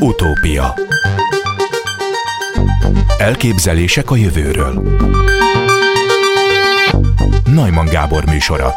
Utópia. Elképzelések a jövőről. Neumann Gábor műsora.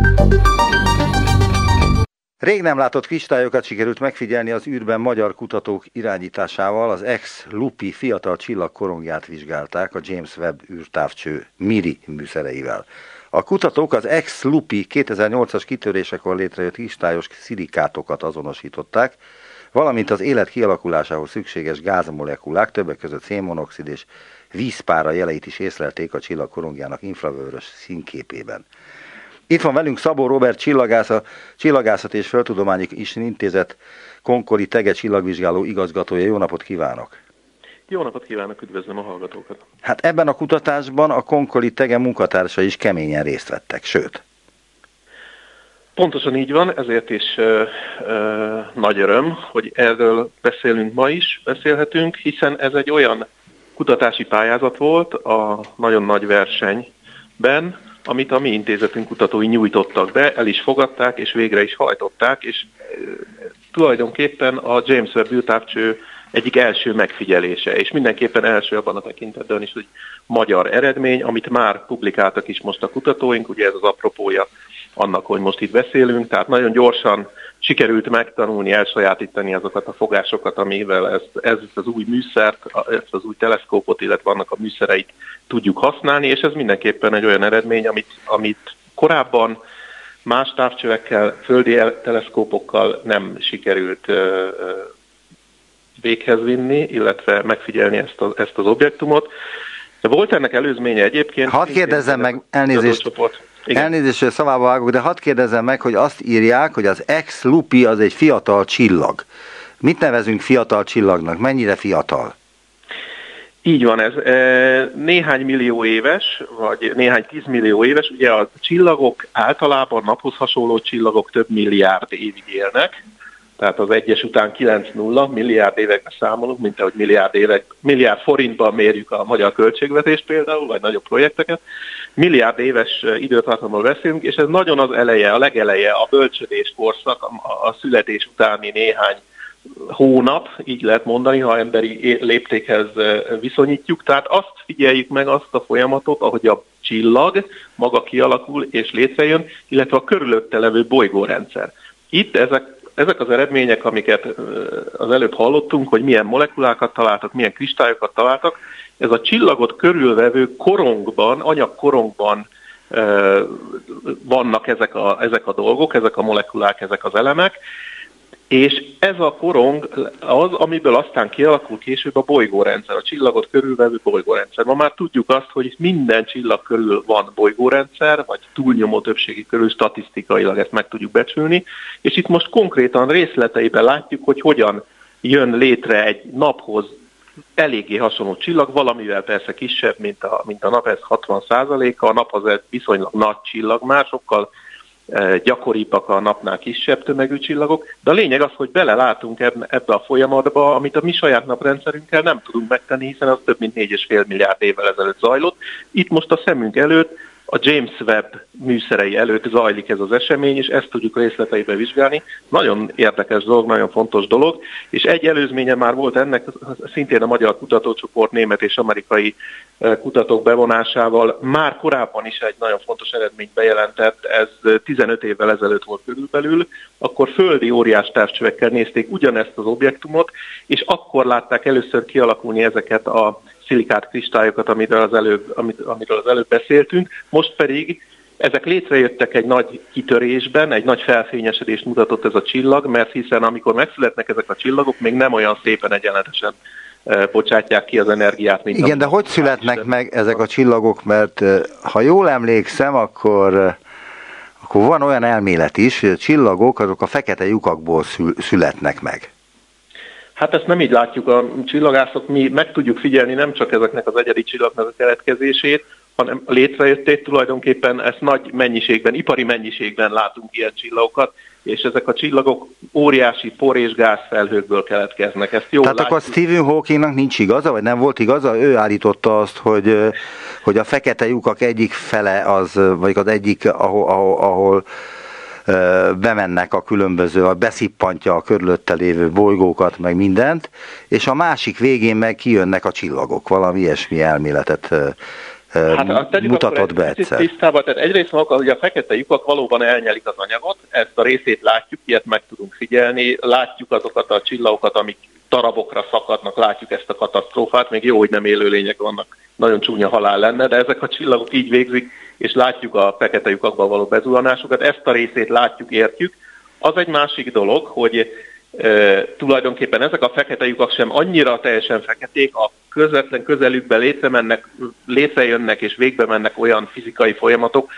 Rég nem látott kristályokat sikerült megfigyelni az űrben magyar kutatók irányításával. Az X-LUPI fiatal csillagkorongját vizsgálták a James Webb űrtávcső MIRI műszereivel. A kutatók az X-LUPI 2008-as kitörésekor létrejött kristályos szilikátokat azonosították, valamint az élet kialakulásához szükséges gázmolekulák, többek között szénmonoxid és vízpára jeleit is észlelték a csillag korongjának infravörös színképében. Itt van velünk Szabó Róbert csillagász, a Csillagászat és Földtudományi Intézet Konkoli Tege csillagvizsgáló igazgatója. Jó napot kívánok! Jó napot kívánok, üdvözlöm a hallgatókat! Hát ebben a kutatásban a Konkoli Tege munkatársai is keményen részt vettek, sőt. Pontosan így van, ezért is nagy öröm, hogy erről beszélünk ma is, beszélhetünk, hiszen ez egy olyan kutatási pályázat volt a nagyon nagy versenyben, amit a mi intézetünk kutatói nyújtottak be, el is fogadták, és végre is hajtották, és tulajdonképpen a James Webb űrtávcső egyik első megfigyelése, és mindenképpen első abban a tekintetben is, hogy magyar eredmény, amit már publikáltak is most a kutatóink, ugye ez az apropója annak, hogy most itt beszélünk, tehát nagyon gyorsan sikerült megtanulni, elsajátítani azokat a fogásokat, amivel ezt az új műszert, ezt az új teleszkópot, illetve annak a műszereit tudjuk használni, és ez mindenképpen egy olyan eredmény, amit korábban más távcsövekkel, földi teleszkópokkal nem sikerült véghez vinni, illetve megfigyelni ezt az objektumot. De volt ennek előzménye egyébként. Hadd kérdezzem meg, elnézést, hogy szavába vágok, de hadd kérdezzem meg, hogy azt írják, hogy az X-LUPI az egy fiatal csillag. Mit nevezünk fiatal csillagnak? Mennyire fiatal? Így van, ez néhány millió éves, vagy néhány 10 millió éves. Ugye a csillagok általában naphoz hasonló csillagok több milliárd évig élnek, tehát az egyes után 9-0, milliárd években számolunk, mint ahogy milliárd forintban mérjük a magyar költségvetést például, vagy nagyobb projekteket. Milliárd éves időtartamról beszélünk, és ez nagyon az eleje, a legeleje, a bölcsödés korszak, a születés utáni néhány hónap, így lehet mondani, ha emberi léptékhez viszonyítjuk. Tehát azt figyeljük meg, azt a folyamatot, ahogy a csillag maga kialakul és létrejön, illetve a körülötte levő bolygórendszer. Itt ezek az eredmények, amiket az előbb hallottunk, hogy milyen molekulákat találtak, milyen kristályokat találtak, ez a csillagot körülvevő korongban, anyagkorongban vannak ezek a dolgok, ezek a molekulák, ezek az elemek, és ez a korong az, amiből aztán kialakul később a bolygórendszer, a csillagot körülvevő bolygórendszer. Ma már tudjuk azt, hogy minden csillag körül van bolygórendszer, vagy túlnyomó többségi körül statisztikailag ezt meg tudjuk becsülni, és itt most konkrétan részleteiben látjuk, hogy hogyan jön létre egy naphoz eléggé hasonló csillag, valamivel persze kisebb, mint a nap, ez 60%-a, a nap az egy viszonylag nagy csillag, már sokkal gyakoribbak a napnál kisebb tömegű csillagok, de a lényeg az, hogy belelátunk ebbe a folyamatba, amit a mi saját naprendszerünkkel nem tudunk megtenni, hiszen az több mint 4,5 milliárd évvel ezelőtt zajlott. Itt most a szemünk előtt, a James Webb műszerei előtt zajlik ez az esemény, és ezt tudjuk részleteibe vizsgálni. Nagyon érdekes dolog, nagyon fontos dolog, és egy előzménye már volt ennek, szintén a magyar kutatócsoport német és amerikai kutatók bevonásával már korábban is egy nagyon fontos eredményt bejelentett, ez 15 évvel ezelőtt volt körülbelül, akkor földi óriás távcsövekkel nézték ugyanezt az objektumot, és akkor látták először kialakulni ezeket a szilikát kristályokat, amiről az előbb beszéltünk, most pedig ezek létrejöttek egy nagy kitörésben, egy nagy felfényesedést mutatott ez a csillag, mert hiszen amikor megszületnek ezek a csillagok, még nem olyan szépen egyenletesen bocsátják ki az energiát, mint igen, de hogy születnek meg ezek a csillagok, mert ha jól emlékszem, akkor van olyan elmélet is, hogy a csillagok azok a fekete lyukakból születnek meg. Hát ezt nem így látjuk a csillagászok, mi meg tudjuk figyelni nem csak ezeknek az egyedi csillagnak a keletkezését, hanem a létrejöttét tulajdonképpen ezt nagy mennyiségben, ipari mennyiségben látunk ilyen csillagokat, és ezek a csillagok óriási por- és gázfelhőkből keletkeznek. Ezt jól tehát látjuk. akkor Stephen Hawkingnak nincs igaza, vagy nem volt igaza? Ő állította azt, hogy a fekete lyukak egyik fele az, vagy az egyik, ahol bemennek a különböző, beszippantja a körülötte lévő bolygókat, meg mindent, és a másik végén meg kijönnek a csillagok. Valami ilyesmi elméletet mutatott be egyszer. Tisztában, tehát egyrészt hogy a fekete lyukak valóban elnyelik az anyagot, ezt a részét látjuk, ilyet meg tudunk figyelni, látjuk azokat a csillagokat, amik darabokra szakadnak, látjuk ezt a katasztrófát, még jó, hogy nem élőlények vannak, nagyon csúnya halál lenne, de ezek a csillagok így végzik, és látjuk a fekete lyukakban való bezuhanásokat, ezt a részét látjuk, értjük. Az egy másik dolog, hogy tulajdonképpen ezek a fekete lyukak sem annyira teljesen feketék, a közvetlen közelükbe létrejönnek és végbe mennek olyan fizikai folyamatok,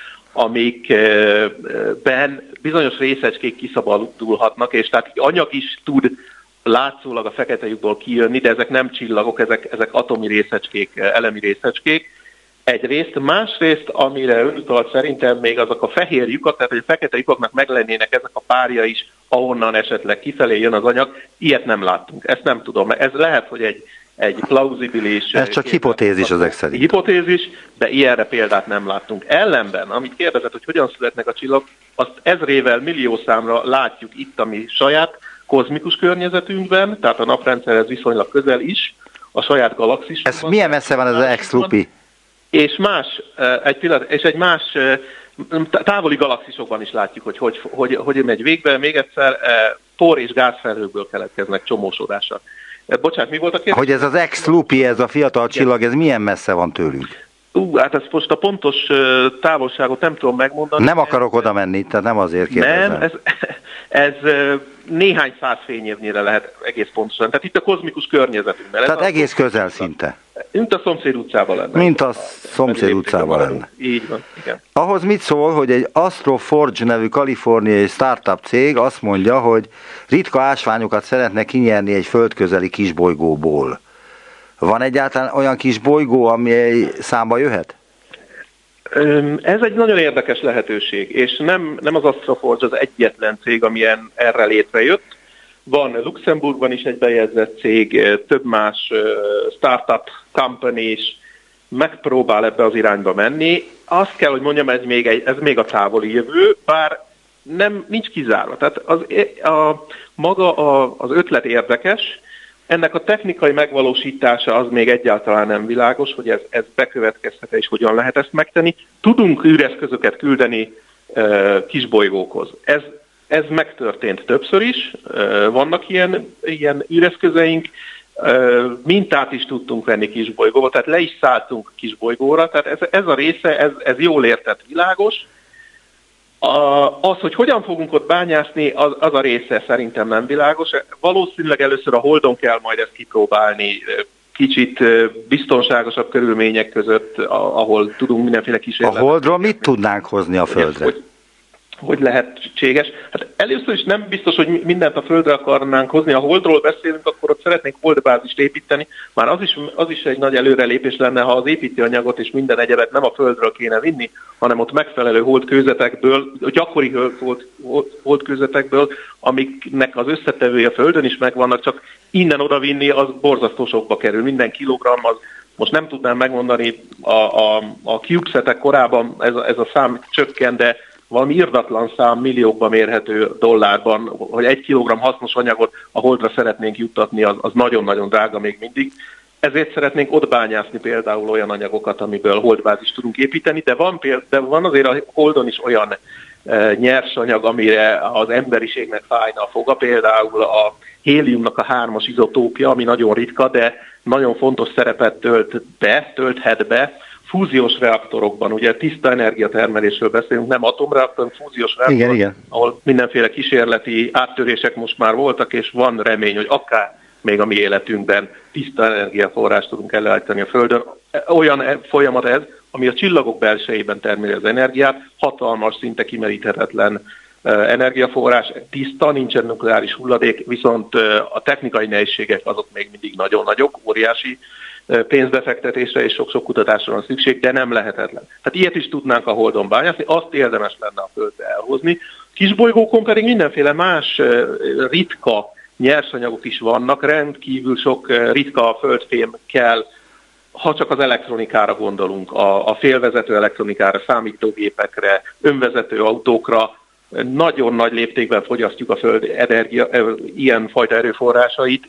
amikben bizonyos részecskék kiszabadulhatnak, és tehát anyag is tud látszólag a fekete lyukból kijönni, de ezek nem csillagok, ezek atomi részecskék, elemi részecskék. Egyrészt, másrészt, amire ön utalt szerintem még azok a fehér lyukak, tehát hogy a fekete lyukaknak meglennének ezek a párja is, ahonnan esetleg kifelé jön az anyag, ilyet nem láttunk. Ezt nem tudom, ez lehet, hogy egy plauzibilis... Ez csak hipotézis ezek szerint. Hipotézis, de ilyenre példát nem láttunk. Ellenben, amit kérdezett, hogy hogyan születnek a csillagok, azt ezrével, milliószámra látjuk itt a mi saját kozmikus környezetünkben, tehát a naprendszerhez viszonylag közel is, a saját galaxisunkban. Ez milyen messze van ez az X-Lupi? És egy más távoli galaxisokban is látjuk, hogy megy végbe. Még egyszer, por és gázfelhőkből keletkeznek csomósodások. Bocsánat, mi volt a kérdés? Hogy ez az X-Lupi, ez a fiatal csillag, ez milyen messze van tőlünk? Hát ezt most a pontos távolságot nem tudom megmondani. Nem akarok oda menni, tehát nem azért kérdezem. Nem, ez néhány száz fényévnyire lehet egész pontosan. Tehát itt a kozmikus környezetünkben. Tehát egész közel szinte. Mint a szomszéd utcában lenne. Mint a szomszéd utcában lenne. Így van, igen. Ahhoz mit szól, hogy egy Astroforge nevű kaliforniai startup cég azt mondja, hogy ritka ásványokat szeretne kinyerni egy földközeli kisbolygóból. Van egyáltalán olyan kis bolygó, ami számba jöhet? Ez egy nagyon érdekes lehetőség, és nem az Astroforge az egyetlen cég, amilyen erre létrejött. Van Luxemburgban is egy bejegyzett cég, több más startup company is megpróbál ebbe az irányba menni. Azt kell, hogy mondjam, ez még a távoli jövő, bár nincs kizárva. Tehát az ötlet érdekes, ennek a technikai megvalósítása az még egyáltalán nem világos, hogy ez bekövetkezhet és hogyan lehet ezt megtenni. Tudunk űreszközöket küldeni kisbolygókhoz. Ez megtörtént többször is, vannak ilyen űreszközeink, mintát is tudtunk venni kisbolygóba, tehát le is szálltunk kisbolygóra, tehát ez a része, ez jól értett, világos. Az, hogy hogyan fogunk ott bányászni, az a része szerintem nem világos. Valószínűleg először a Holdon kell majd ezt kipróbálni, kicsit biztonságosabb körülmények között, ahol tudunk mindenféle kísérletet. A Holdról mit tudnánk hozni a Földre? Hogy lehetséges. Hát először is nem biztos, hogy mindent a Földre akarnánk hozni. Ha Holdról beszélünk, akkor ott szeretnénk holdbázist építeni. Már az is egy nagy előrelépés lenne, ha az építőanyagot és minden egyebet nem a Földről kéne vinni, hanem ott megfelelő holdkőzetekből, gyakori holdkőzetekből, amiknek az összetevője a Földön is megvannak, csak innen oda vinni, az borzasztó sokba kerül. Minden kilogramm az, most nem tudnám megmondani, a CubeSat-ek korában ez a szám csökken, de valami irdatlan szám, milliókban mérhető dollárban, hogy 1 kilogramm hasznos anyagot a Holdra szeretnénk juttatni, az nagyon-nagyon drága még mindig. Ezért szeretnénk ott bányászni például olyan anyagokat, amiből holdbázist tudunk építeni, de van azért a Holdon is olyan nyersanyag, amire az emberiségnek fájna a foga, például a héliumnak a 3-as izotópja, ami nagyon ritka, de nagyon fontos szerepet tölthet be, fúziós reaktorokban, ugye tiszta energiatermelésről beszélünk, nem atomreaktor, fúziós reaktor, igen. Ahol mindenféle kísérleti áttörések most már voltak, és van remény, hogy akár még a mi életünkben tiszta energiaforrást tudunk előállítani a Földön. Olyan folyamat ez, ami a csillagok belsejében termeli az energiát, hatalmas, szinte kimeríthetetlen energiaforrás, tiszta, nincsen nukleáris hulladék, viszont a technikai nehézségek azok még mindig nagyon nagyok, óriási pénzbefektetésre és sok-sok kutatásra van szükség, de nem lehetetlen. Tehát ilyet is tudnánk a Holdon bányászni, azt érdemes lenne a Földre elhozni. Kisbolygókon pedig mindenféle más ritka nyersanyagok is vannak, rendkívül sok ritka földfém kell, ha csak az elektronikára gondolunk, a félvezető elektronikára, számítógépekre, önvezető autókra, nagyon nagy léptékben fogyasztjuk a Föld ilyenfajta erőforrásait,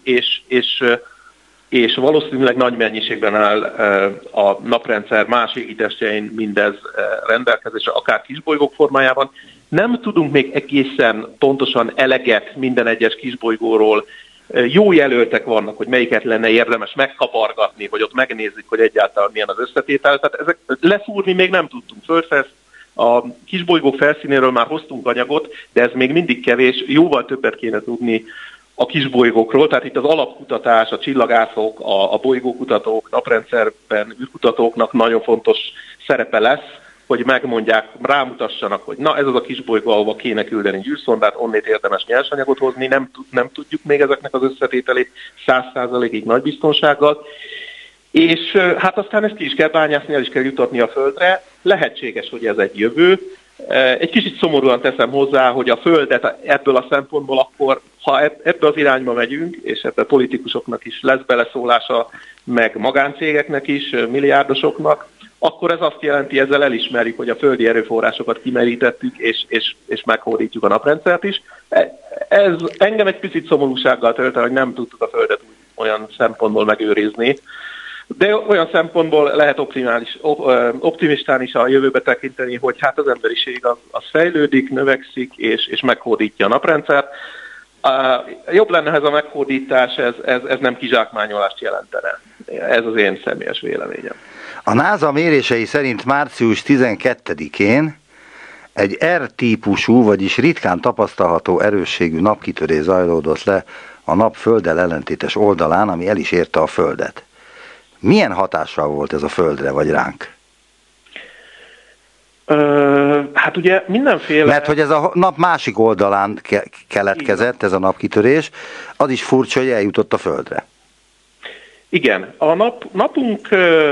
és valószínűleg nagy mennyiségben áll a naprendszer más égitestjein mindez rendelkezésre, akár kisbolygók formájában. Nem tudunk még egészen pontosan eleget minden egyes kisbolygóról. Jó jelöltek vannak, hogy melyiket lenne érdemes megkapargatni, hogy ott megnézzük, hogy egyáltalán milyen az összetétel. Tehát ezek lefúrni még nem tudtunk. A kisbolygók felszínéről már hoztunk anyagot, de ez még mindig kevés, jóval többet kéne tudni a kisbolygókról, tehát itt az alapkutatás, a csillagászok, a bolygókutatók, naprendszerben űrkutatóknak nagyon fontos szerepe lesz, hogy megmondják, rámutassanak, hogy na ez az a kisbolygó, ahova kéne küldeni űrszondát, onnét érdemes nyersanyagot hozni, nem tudjuk még ezeknek az összetételét 100%-ig nagy biztonsággal, és hát aztán ezt ki is kell bányászni, el is kell jutatni a Földre. Lehetséges, hogy ez egy jövő. Egy kicsit szomorúan teszem hozzá, hogy a Földet ebből a szempontból akkor, ha ebbe az irányba megyünk, és ebbe politikusoknak is lesz beleszólása, meg magáncégeknek is, milliárdosoknak, akkor ez azt jelenti, ezzel elismerjük, hogy a földi erőforrásokat kimerítettük, és meghódítjuk a naprendszert is. Ez engem egy picit szomorúsággal tölt el, hogy nem tudtuk a Földet olyan szempontból megőrizni. De olyan szempontból lehet optimistán is a jövőbe tekinteni, hogy hát az emberiség az fejlődik, növekszik, és meghódítja a naprendszert. Jobb lenne, ha ez a meghódítás, ez nem kizsákmányolást jelentene. Ez az én személyes véleményem. A NASA mérései szerint március 12-én egy R-típusú, vagyis ritkán tapasztalható erősségű napkitörés zajlódott le a nap Földdel ellentétes oldalán, ami el is érte a Földet. Milyen hatással volt ez a Földre, vagy ránk? Hát ugye mindenféle... Mert hogy ez a nap másik oldalán keletkezett, ez a napkitörés, az is furcsa, hogy eljutott a Földre. Igen, a napunk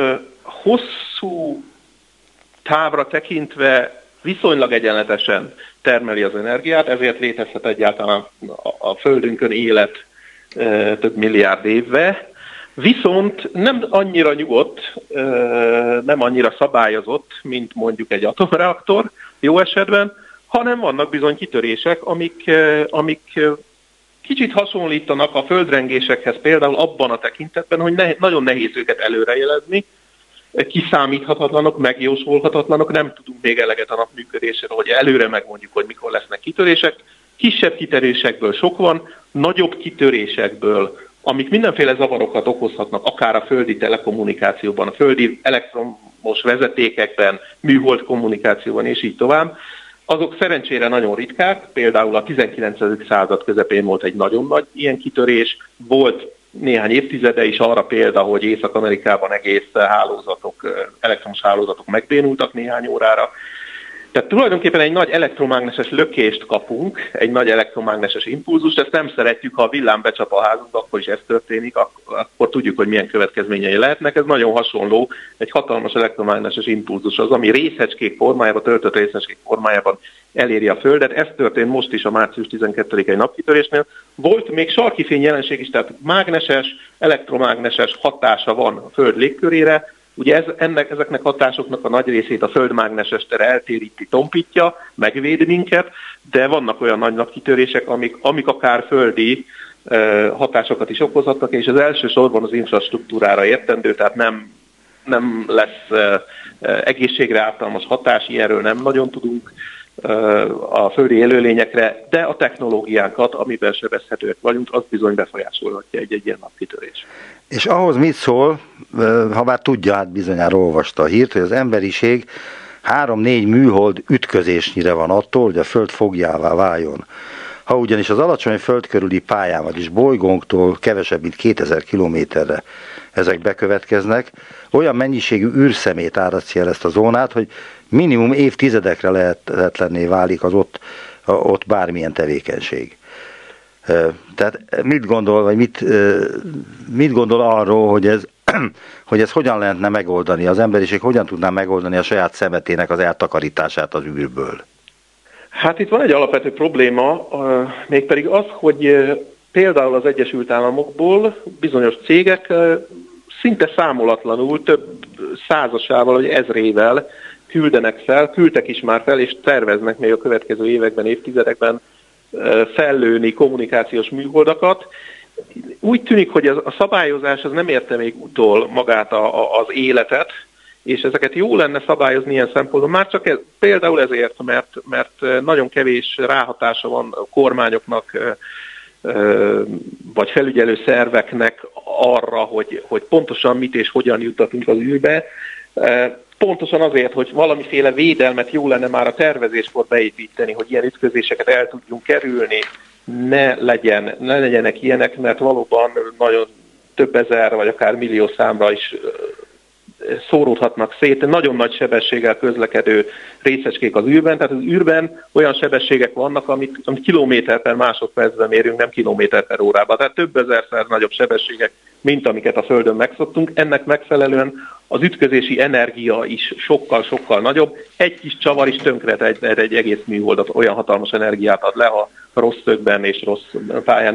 hosszú távra tekintve viszonylag egyenletesen termeli az energiát, ezért létezhet egyáltalán a Földünkön élet több milliárd évve, viszont nem annyira nyugodt, nem annyira szabályozott, mint mondjuk egy atomreaktor jó esetben, hanem vannak bizony kitörések, amik kicsit hasonlítanak a földrengésekhez, például abban a tekintetben, hogy nagyon nehéz őket előrejelezni, kiszámíthatatlanok, megjósolhatatlanok, nem tudunk még eleget a nap működéséről, hogy előre megmondjuk, hogy mikor lesznek kitörések. Kisebb kitörésekből sok van, nagyobb kitörésekből, amik mindenféle zavarokat okozhatnak, akár a földi telekommunikációban, a földi elektromos vezetékekben, műhold kommunikációban, és így tovább. Azok szerencsére nagyon ritkák, például a 19. század közepén volt egy nagyon nagy ilyen kitörés, volt néhány évtizede is arra példa, hogy Észak-Amerikában egész elektromos hálózatok megbénultak néhány órára. Tehát tulajdonképpen egy nagy elektromágneses lökést kapunk, egy nagy elektromágneses impulzust, ezt nem szeretjük, ha a villám becsap a házunkba, akkor is ez történik, akkor tudjuk, hogy milyen következményei lehetnek. Ez nagyon hasonló, egy hatalmas elektromágneses impulzus az, ami részecskék formájában, töltött részecskék formájában eléri a Földet. Ez történt most is a március 12-i napkitörésnél. Volt még sarkifény jelenség is, tehát mágneses, elektromágneses hatása van a Föld légkörére. Ugye ezeknek hatásoknak a nagy részét a földmágneses tere eltéríti, tompítja, megvéd minket, de vannak olyan nagy napkitörések, amik akár földi hatásokat is okozhatnak, és az elsősorban az infrastruktúrára értendő, tehát nem lesz egészségre ártalmas hatás, ilyenről nem nagyon tudunk a földi élőlényekre, de a technológiánkat, amiben sebezhetőek vagyunk, az bizony befolyásolhatja egy ilyen napkitörés. És ahhoz mit szól, ha bár tudja, hát bizonyára olvasta a hírt, hogy az emberiség 3-4 műhold ütközésnyire van attól, hogy a Föld fogjává váljon. Ha ugyanis az alacsony föld körüli pályán, vagyis bolygónktól kevesebb, mint 2000 kilométerre ezek bekövetkeznek, olyan mennyiségű űrszemét árasztja el ezt a zónát, hogy minimum évtizedekre lehetetlenné válik az ott bármilyen tevékenység. Tehát mit gondol, vagy mit gondol arról, hogy ez hogyan lehetne megoldani, az emberiség hogyan tudná megoldani a saját szemetének az eltakarítását az űrből? Hát itt van egy alapvető probléma, mégpedig az, hogy például az Egyesült Államokból bizonyos cégek szinte számolatlanul, több százasával vagy ezrével küldtek is már fel, és terveznek még a következő években, évtizedekben fellőni kommunikációs műholdakat. Úgy tűnik, hogy a szabályozás az nem érte még utol magát az életet, és ezeket jó lenne szabályozni ilyen szempontból. Már csak például ezért, mert nagyon kevés ráhatása van a kormányoknak, vagy felügyelő szerveknek arra, hogy pontosan mit és hogyan juttatunk az űrbe. Pontosan azért, hogy valamiféle védelmet jó lenne már a tervezéskor beépíteni, hogy ilyen ütközéseket el tudjunk kerülni, ne legyenek ilyenek, mert valóban nagyon több ezer, vagy akár millió számra is szóródhatnak szét, nagyon nagy sebességgel közlekedő részecskék az űrben, tehát az űrben olyan sebességek vannak, amit kilométer per másodpercben mérünk, nem kilométer per órában, tehát több ezerszer nagyobb sebességek, mint amiket a Földön megszoktunk. Ennek megfelelően az ütközési energia is sokkal-sokkal nagyobb. Egy kis csavar is tönkret egy egész műholdat, olyan hatalmas energiát ad le, ha rossz szögben és rossz pályán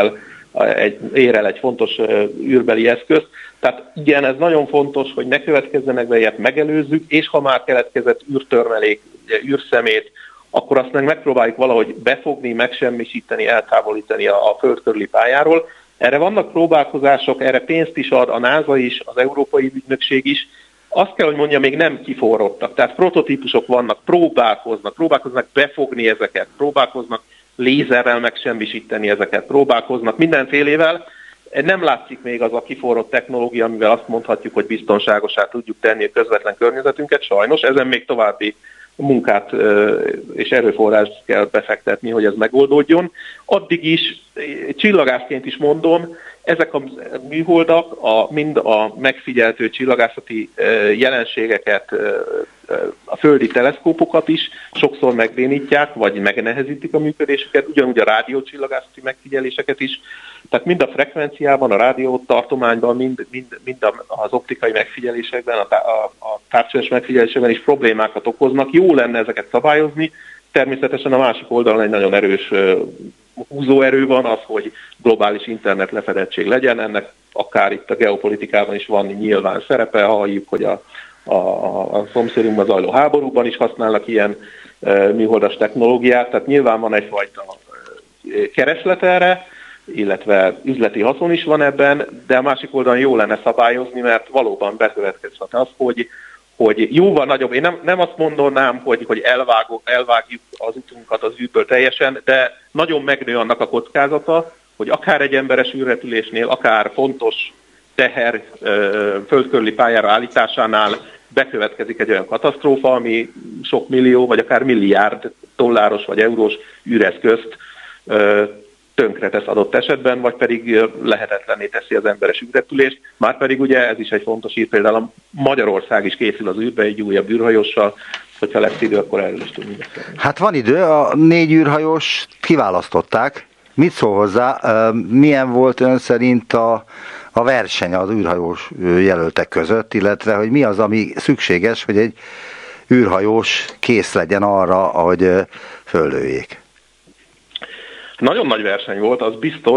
ér el egy fontos űrbeli eszközt. Tehát igen, ez nagyon fontos, hogy ne következzenek be, ilyet megelőzzük, és ha már keletkezett űrtörmelék, űrszemét, akkor azt megpróbáljuk valahogy befogni, megsemmisíteni, eltávolítani a föld körüli pályáról. Erre vannak próbálkozások, erre pénzt is ad a NASA is, az Európai Ügynökség is. Azt kell, hogy mondja, még nem kiforrottak. Tehát prototípusok vannak, próbálkoznak befogni ezeket, próbálkoznak lézerrel megsemmisíteni ezeket, próbálkoznak mindenfélével. Nem látszik még az a kiforrott technológia, amivel azt mondhatjuk, hogy biztonságosá tudjuk tenni a közvetlen környezetünket, sajnos. Ezen még további munkát és erőforrást kell befektetni, hogy ez megoldódjon. Addig is, csillagászként is mondom, ezek a műholdak mind a megfigyeltő csillagászati jelenségeket, a földi teleszkópokat is sokszor megbénítják, vagy megnehezítik a működésüket, ugyanúgy a rádiócsillagászati megfigyeléseket is. Tehát mind a frekvenciában, a rádiótartományban, mind az optikai megfigyelésekben, a távcsöves megfigyelésekben is problémákat okoznak. Jó lenne ezeket szabályozni. Természetesen a másik oldalon egy nagyon erős húzóerő van az, hogy globális internet lefedettség legyen. Ennek akár itt a geopolitikában is van nyilván szerepe, halljuk, hogy a szomszédunkban zajló háborúban is használnak ilyen műholdas technológiát, tehát nyilván van egyfajta kereslet erre, illetve üzleti haszon is van ebben, de a másik oldalon jó lenne szabályozni, mert valóban bekövetkezhet az, hogy jóval nagyobb, én nem azt mondanám, hogy elvágjuk az utunkat az űrből teljesen, de nagyon megnő annak a kockázata, hogy akár egy emberes űrrepülésnél, akár fontos teher földkörüli pályára állításánál bekövetkezik egy olyan katasztrófa, ami sok millió, vagy akár milliárd dolláros vagy eurós űreszközt tönkretesz adott esetben, vagy pedig lehetetlenné teszi az emberes űrrepülést. Márpedig ugye ez is egy fontos hír, például Magyarország is készül az űrbe egy újabb űrhajóssal, hogyha lesz idő, akkor erről is tudunk beszélni. Hát van idő, a 4 űrhajós kiválasztották. Mit szól hozzá? Milyen volt ön szerint a verseny az űrhajós jelöltek között, illetve hogy mi az, ami szükséges, hogy egy űrhajós kész legyen arra, hogy föllőjék? Nagyon nagy verseny volt, az biztos.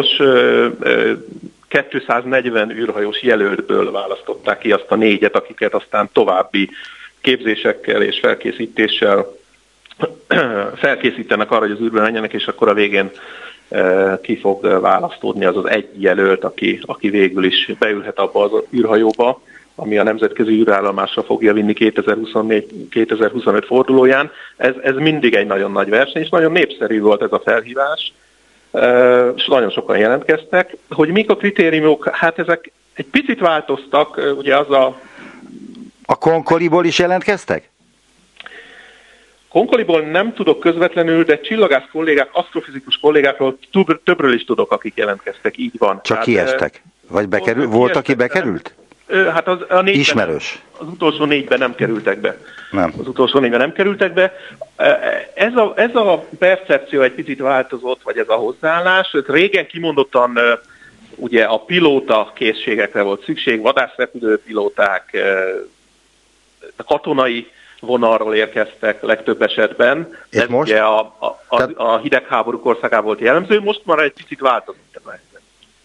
240 űrhajós jelöltből választották ki azt a 4-et, akiket aztán további képzésekkel és felkészítéssel felkészítenek arra, hogy az űrbe menjenek, és akkor a végén ki fog választódni az egy jelölt, aki végül is beülhet abba az űrhajóba, ami a nemzetközi űrállomásra fogja vinni 2024-2025 fordulóján. Ez mindig egy nagyon nagy verseny, és nagyon népszerű volt ez a felhívás, és nagyon sokan jelentkeztek. Hogy mik a kritériumok? Hát ezek egy picit változtak, ugye az A Concoriból is jelentkeztek? Concoriból nem tudok közvetlenül, de csillagász kollégák, asztrofizikus kollégákról többről is tudok, akik jelentkeztek, így van. Csak kiestek? Vagy volt, aki bekerült? Hát a 4-ben, ismerős. Az utolsó 4-ben nem kerültek be. Nem. Az utolsó 4-ben nem kerültek be. Ez a percepció egy picit változott, vagy ez a hozzáállás. Régen kimondottan ugye a pilóta készségekre volt szükség, vadászrepülő pilóták, katonai vonalról érkeztek legtöbb esetben. És ez most? Ugye a hidegháború korszakában volt jellemző, most már egy picit változott ez a helyzet.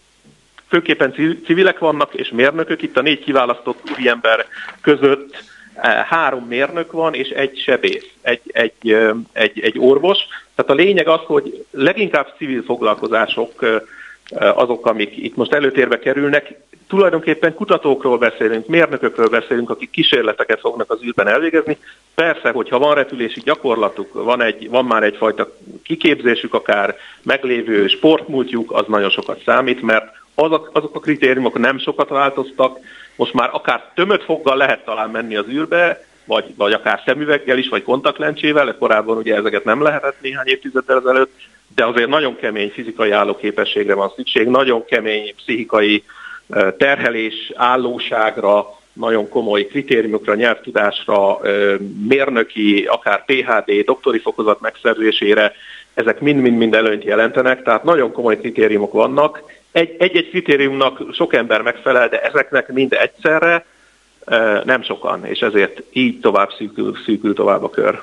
Főképpen civilek vannak, és mérnökök. Itt a 4 kiválasztott úriember között 3 mérnök van, és egy sebész, egy orvos. Tehát a lényeg az, hogy leginkább civil foglalkozások azok, amik itt most előtérbe kerülnek. Tulajdonképpen kutatókról beszélünk, mérnökökről beszélünk, akik kísérleteket fognak az űrben elvégezni. Persze, hogyha van repülési gyakorlatuk, van már egyfajta kiképzésük, akár meglévő sportmúltjuk, az nagyon sokat számít, mert azok a kritériumok nem sokat változtak. Most már akár tömött foggal lehet talán menni az űrbe, vagy akár szemüveggel is, vagy kontaktlencsével, korábban ugye ezeket nem lehetett néhány évtizeddel ezelőtt, de azért nagyon kemény fizikai állóképességre van szükség, nagyon kemény pszichikai terhelés, állóságra, nagyon komoly kritériumokra, nyelvtudásra, mérnöki, akár PhD, doktori fokozat megszerzésére, ezek mind-mind előnyt jelentenek, tehát nagyon komoly kritériumok vannak. Egy-egy kritériumnak sok ember megfelel, de ezeknek mind egyszerre nem sokan, és ezért így tovább szűkül tovább a kör.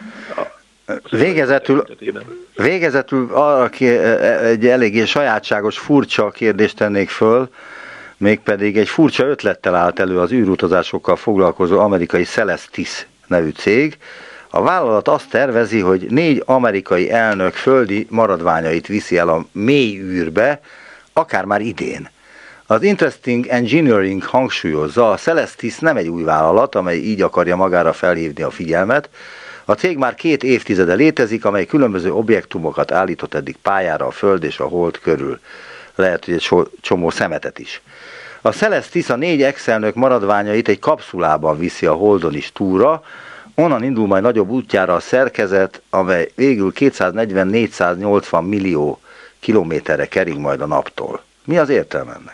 Végezetül egy eléggé sajátságos, furcsa kérdést tennék föl, mégpedig egy furcsa ötlettel állt elő az űrutazásokkal foglalkozó amerikai Celestis nevű cég. A vállalat azt tervezi, hogy 4 amerikai elnök földi maradványait viszi el a mély űrbe, akár már idén. Az Interesting Engineering hangsúlyozza, a Celestis nem egy új vállalat, amely így akarja magára felhívni a figyelmet. A cég már 2 évtizede létezik, amely különböző objektumokat állított eddig pályára a Föld és a Hold körül. Lehet, hogy egy csomó szemetet is. A Celestis a 4 ex-elnök maradványait egy kapszulában viszi a Holdon is túlra, onnan indul majd nagyobb útjára a szerkezet, amely végül 240-480 millió kilométerre kering majd a naptól. Mi az értelme ennek?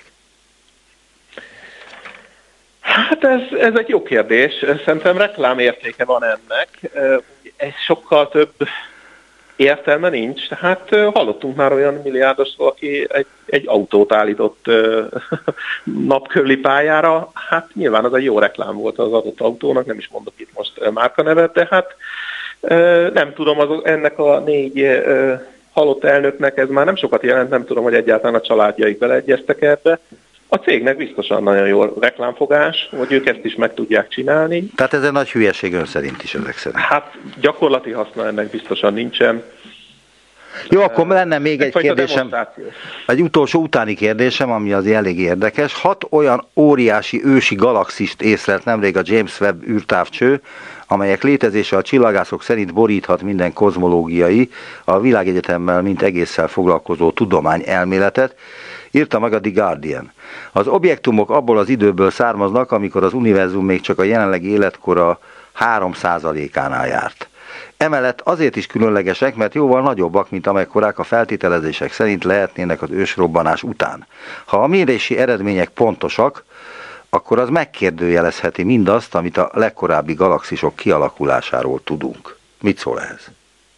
Hát ez egy jó kérdés. Szerintem reklámértéke van ennek. Ez sokkal több értelme nincs. Tehát hallottunk már olyan milliárdosról, aki egy autót állított napkörüli pályára. Hát nyilván az egy jó reklám volt az adott autónak, nem is mondok itt most márkanevet, de hát nem tudom, ennek a 4 halott elnöknek ez már nem sokat jelent, nem tudom, hogy egyáltalán a családjaik beleegyeztek ebbe. A cégnek biztosan nagyon jó reklámfogás, hogy ők ezt is meg tudják csinálni. Tehát ez egy nagy hülyeség ön szerint is ezek szerint. Hát gyakorlati haszna ennek biztosan nincsen. Jó, akkor lenne még egy kérdésem, egy utolsó utáni kérdésem, ami az elég érdekes. 6 olyan óriási ősi galaxist észlelt nemrég a James Webb űrtávcső, amelyek létezése a csillagászok szerint boríthat minden kozmológiai, a világegyetemmel mint egésszel foglalkozó tudomány elméletet, írta meg a The Guardian. Az objektumok abból az időből származnak, amikor az univerzum még csak a jelenlegi életkora 3%-ánál járt. Emellett azért is különlegesek, mert jóval nagyobbak, mint amekkorák a feltételezések szerint lehetnének az ősrobbanás után. Ha a mérési eredmények pontosak, akkor az megkérdőjelezheti mindazt, amit a legkorábbi galaxisok kialakulásáról tudunk. Mit szól ehhez?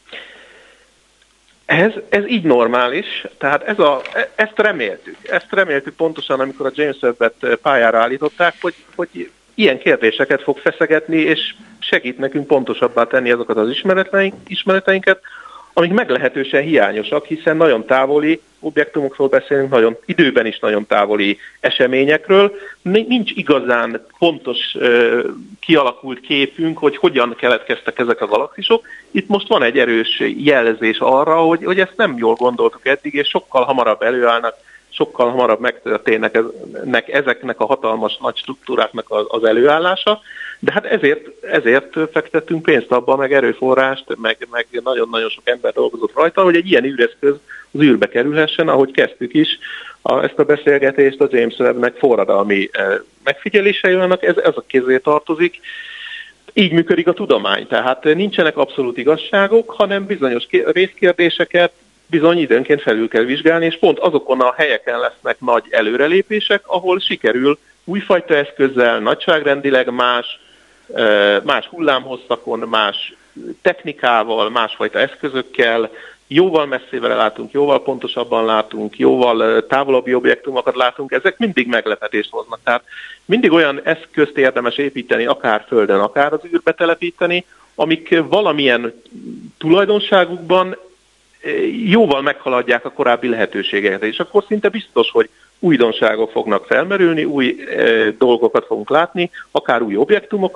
Ez így normális, tehát ezt reméltük pontosan, amikor a James Webb-et pályára állították, hogy ilyen kérdéseket fog feszegetni, és segít nekünk pontosabbá tenni azokat az ismereteinket, amik meglehetősen hiányosak, hiszen nagyon távoli objektumokról beszélünk, nagyon időben is nagyon távoli eseményekről. Nincs igazán pontos kialakult képünk, hogy hogyan keletkeztek ezek a galaxisok. Itt most van egy erős jelzés arra, hogy ezt nem jól gondoltuk eddig, és sokkal hamarabb előállnak, sokkal hamarabb megtörténnek ezeknek a hatalmas nagy struktúráknak az előállása, de hát ezért fektettünk pénzt abba, meg erőforrást, meg nagyon-nagyon sok ember dolgozott rajta, hogy egy ilyen űreszköz az űrbe kerülhessen, ahogy kezdtük is ezt a beszélgetést, a James Webb-nek forradalmi megfigyelései vannak, ez a kezé tartozik. Így működik a tudomány, tehát nincsenek abszolút igazságok, hanem bizonyos részkérdéseket bizony időnként felül kell vizsgálni, és pont azokon a helyeken lesznek nagy előrelépések, ahol sikerül újfajta eszközzel, nagyságrendileg más hullámhosszakon, más technikával, másfajta eszközökkel, jóval messzébre látunk, jóval pontosabban látunk, jóval távolabbi objektumokat látunk, ezek mindig meglepetést hoznak. Tehát mindig olyan eszközt érdemes építeni, akár Földön, akár az űrbe telepíteni, amik valamilyen tulajdonságukban jóval meghaladják a korábbi lehetőségeket, és akkor szinte biztos, hogy újdonságok fognak felmerülni, új dolgokat fogunk látni, akár új objektumokat,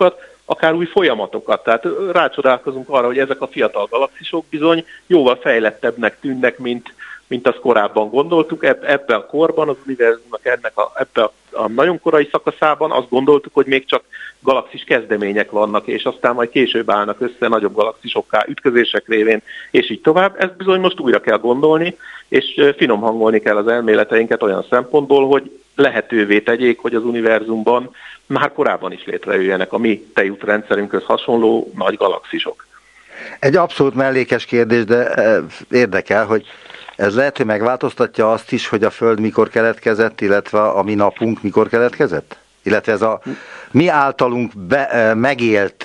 akár új folyamatokat. Tehát rácsodálkozunk arra, hogy ezek a fiatal galaxisok bizony jóval fejlettebbnek tűnnek, mint azt korábban gondoltuk. Ebben a korban, az univerzumnak ebben a nagyon korai szakaszában azt gondoltuk, hogy még csak galaxis kezdemények vannak, és aztán majd később állnak össze nagyobb galaxisokká, ütközések révén, és így tovább. Ezt bizony most újra kell gondolni, és finom hangolni kell az elméleteinket olyan szempontból, hogy lehetővé tegyék, hogy az univerzumban már korábban is létrejöjjenek a mi tejútrendszerünkhöz hasonló nagy galaxisok. Egy abszolút mellékes kérdés, de érdekel, hogy ez lehet, hogy megváltoztatja azt is, hogy a Föld mikor keletkezett, illetve a mi napunk mikor keletkezett? Illetve ez a mi általunk megélt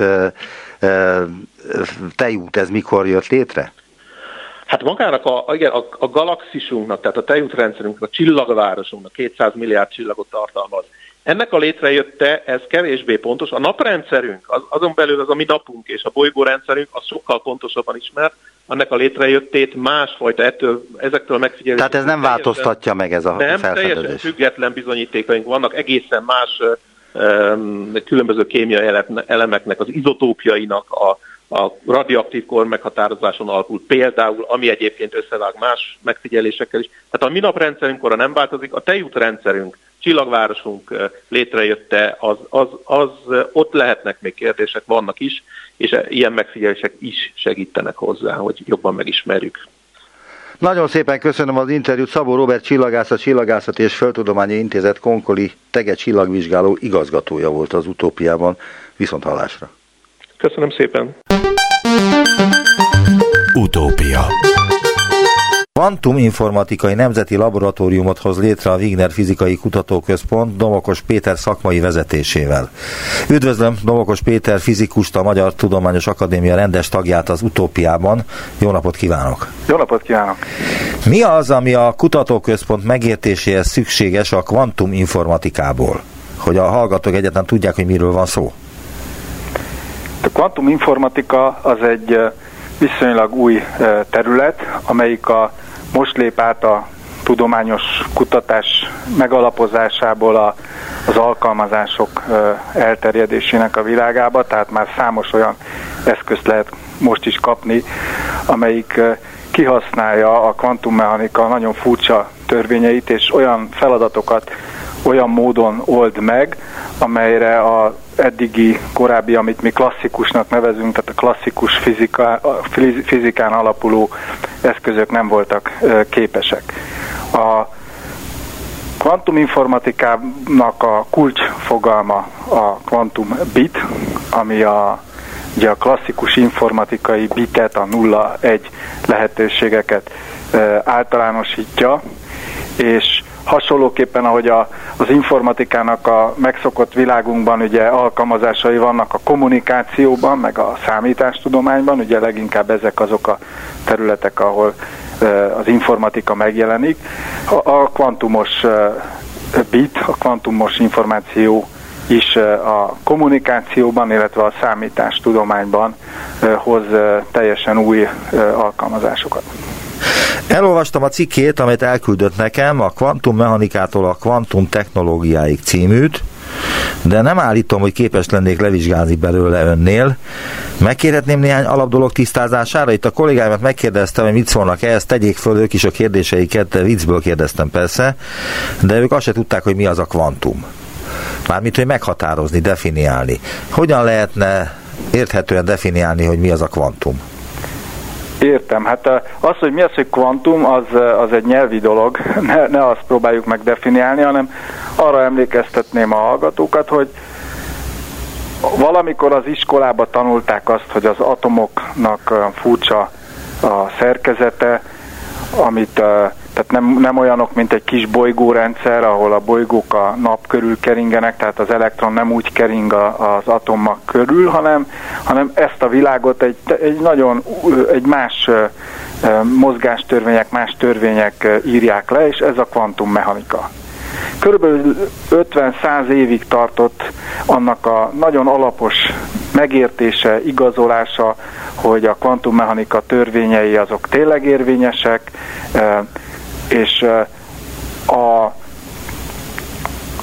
tejút, ez mikor jött létre? Hát magának a galaxisunknak, tehát a tejútrendszerünknek, a csillagvárosunknak 200 milliárd csillagot tartalmaz. Ennek a létrejötte, ez kevésbé pontos. A naprendszerünk, azon belül az a mi napunk és a bolygórendszerünk, az sokkal pontosabban ismert. Annak a létrejöttét másfajta ezektől megfigyelés. Tehát ez nem változtatja meg ez a felfedezés? Nem, teljesen független bizonyítékaink vannak, egészen más különböző kémiai elemeknek, az izotópjainak, a radioaktív kor meghatározáson alapul például, ami egyébként összevág más megfigyelésekkel is. Tehát a mi naprendszerünkkora nem változik, a tejútrendszerünk, csillagvárosunk létrejötte, az ott lehetnek még kérdések, vannak is, és ilyen megfigyelések is segítenek hozzá, hogy jobban megismerjük. Nagyon szépen köszönöm az interjút. Szabó Róbert Csillagászati és Földtudományi Intézet Konkoli Tege csillagvizsgáló igazgatója volt az Utópiában. Viszonthallásra. Köszönöm szépen. Utópia. Kvantuminformatikai Nemzeti Laboratóriumot hoz létre a Wigner Fizikai Kutatóközpont Domokos Péter szakmai vezetésével. Üdvözlöm Domokos Péter fizikust, a Magyar Tudományos Akadémia rendes tagját az Utópiában. Jó napot kívánok! Jó napot kívánok! Mi az, ami a kutatóközpont megértéséhez szükséges a kvantuminformatikából? Hogy a hallgatók egyáltalán tudják, hogy miről van szó. A kvantuminformatika az egy viszonylag új terület, amelyik most lép át a tudományos kutatás megalapozásából az alkalmazások elterjedésének a világába, tehát már számos olyan eszközt lehet most is kapni, amelyik kihasználja a kvantummechanika nagyon furcsa törvényeit, és olyan feladatokat olyan módon old meg, amelyre az eddigi, korábbi, amit mi klasszikusnak nevezünk, tehát a klasszikus fizikán alapuló eszközök nem voltak képesek. A kvantuminformatikának a kulcsfogalma a kvantum bit, ami ugye a klasszikus informatikai bitet, a 0-1 lehetőségeket általánosítja, és hasonlóképpen, ahogy az informatikának a megszokott világunkban ugye alkalmazásai vannak a kommunikációban, meg a számítástudományban, ugye leginkább ezek azok a területek, ahol az informatika megjelenik. A kvantumos bit, a kvantumos információ is a kommunikációban, illetve a számítástudományban hoz teljesen új alkalmazásokat. Elolvastam a cikkét, amit elküldött nekem, a kvantummechanikától a kvantumtechnológiáig címűt, de nem állítom, hogy képes lennék levizsgálni belőle önnél. Megkérhetném néhány alapdolog tisztázására? Itt a kollégáimat megkérdeztem, hogy mit szólnak ehhez, tegyék föl ők is a kérdéseiket, viccből kérdeztem persze, de ők azt se tudták, hogy mi az a kvantum. Mármint, hogy meghatározni, definiálni. Hogyan lehetne érthetően definiálni, hogy mi az a kvantum? Értem. Hát az, hogy mi az, hogy kvantum, az egy nyelvi dolog. Ne azt próbáljuk meg definiálni, hanem arra emlékeztetném a hallgatókat, hogy valamikor az iskolában tanulták azt, hogy az atomoknak furcsa a szerkezete, amit tehát nem olyanok, mint egy kis bolygórendszer, ahol a bolygók a nap körül keringenek, tehát az elektron nem úgy kering az atommag körül, hanem ezt a világot egy más mozgástörvények, más törvények írják le, és ez a kvantummechanika. Körülbelül 50-100 évig tartott annak a nagyon alapos megértése, igazolása, hogy a kvantummechanika törvényei azok tényleg érvényesek, és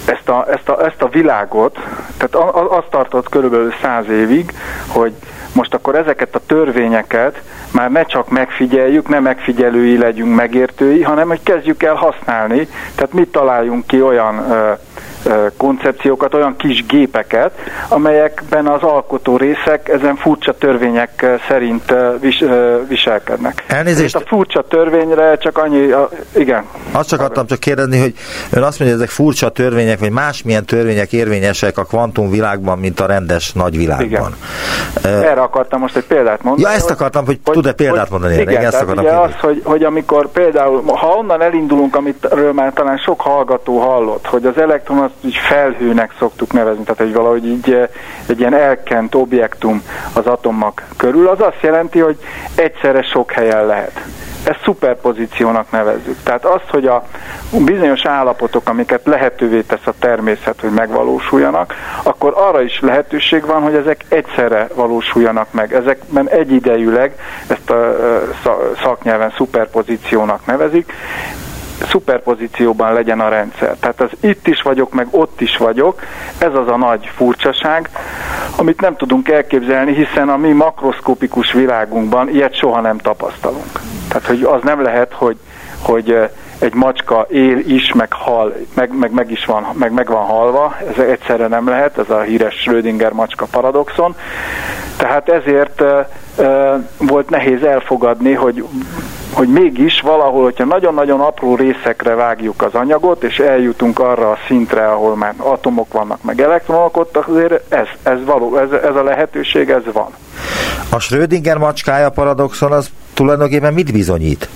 ezt a világot, tehát azt tartott körülbelül 100 évig, hogy most akkor ezeket a törvényeket már ne csak megfigyeljük, ne megfigyelői legyünk, megértői, hanem hogy kezdjük el használni, tehát mi találjunk ki olyan koncepciókat, olyan kis gépeket, amelyekben az alkotó részek ezen furcsa törvények szerint viselkednek. Elnézést. A furcsa törvényre csak annyi, igen. Azt csak akartam csak kérdezni, hogy ön azt mondja, hogy ezek furcsa törvények, vagy másmilyen törvények érvényesek a kvantumvilágban, mint a rendes nagyvilágban. Erre akartam most egy példát mondani. Ja, ezt akartam, hogy tud-e példát mondani? Igen, ezt akartam ugye az, hogy amikor például, ha onnan elindulunk, amitről már talán sok hallgató hallott, hogy az elektron azt így felhőnek szoktuk nevezni, tehát hogy valahogy így egy ilyen elkent objektum az atommag körül, az azt jelenti, hogy egyszerre sok helyen lehet. Ezt szuperpozíciónak nevezzük. Tehát azt, hogy a bizonyos állapotok, amiket lehetővé tesz a természet, hogy megvalósuljanak, akkor arra is lehetőség van, hogy ezek egyszerre valósuljanak meg. Ezekben egyidejűleg, ezt a szaknyelven szuperpozíciónak nevezik, szuperpozícióban legyen a rendszer. Tehát az itt is vagyok, meg ott is vagyok, ez az a nagy furcsaság, amit nem tudunk elképzelni, hiszen a mi makroszkopikus világunkban ilyet soha nem tapasztalunk. Tehát, hogy az nem lehet, hogy egy macska él is, meg hal, meg van halva, ez egyszerre nem lehet, ez a híres Schrödinger macska paradoxon. Tehát ezért volt nehéz elfogadni, hogy mégis valahol, hogyha nagyon-nagyon apró részekre vágjuk az anyagot, és eljutunk arra a szintre, ahol már atomok vannak, meg elektronok, ott azért ez a lehetőség, ez van. A Schrödinger macskája paradoxon az tulajdonképpen mit bizonyít?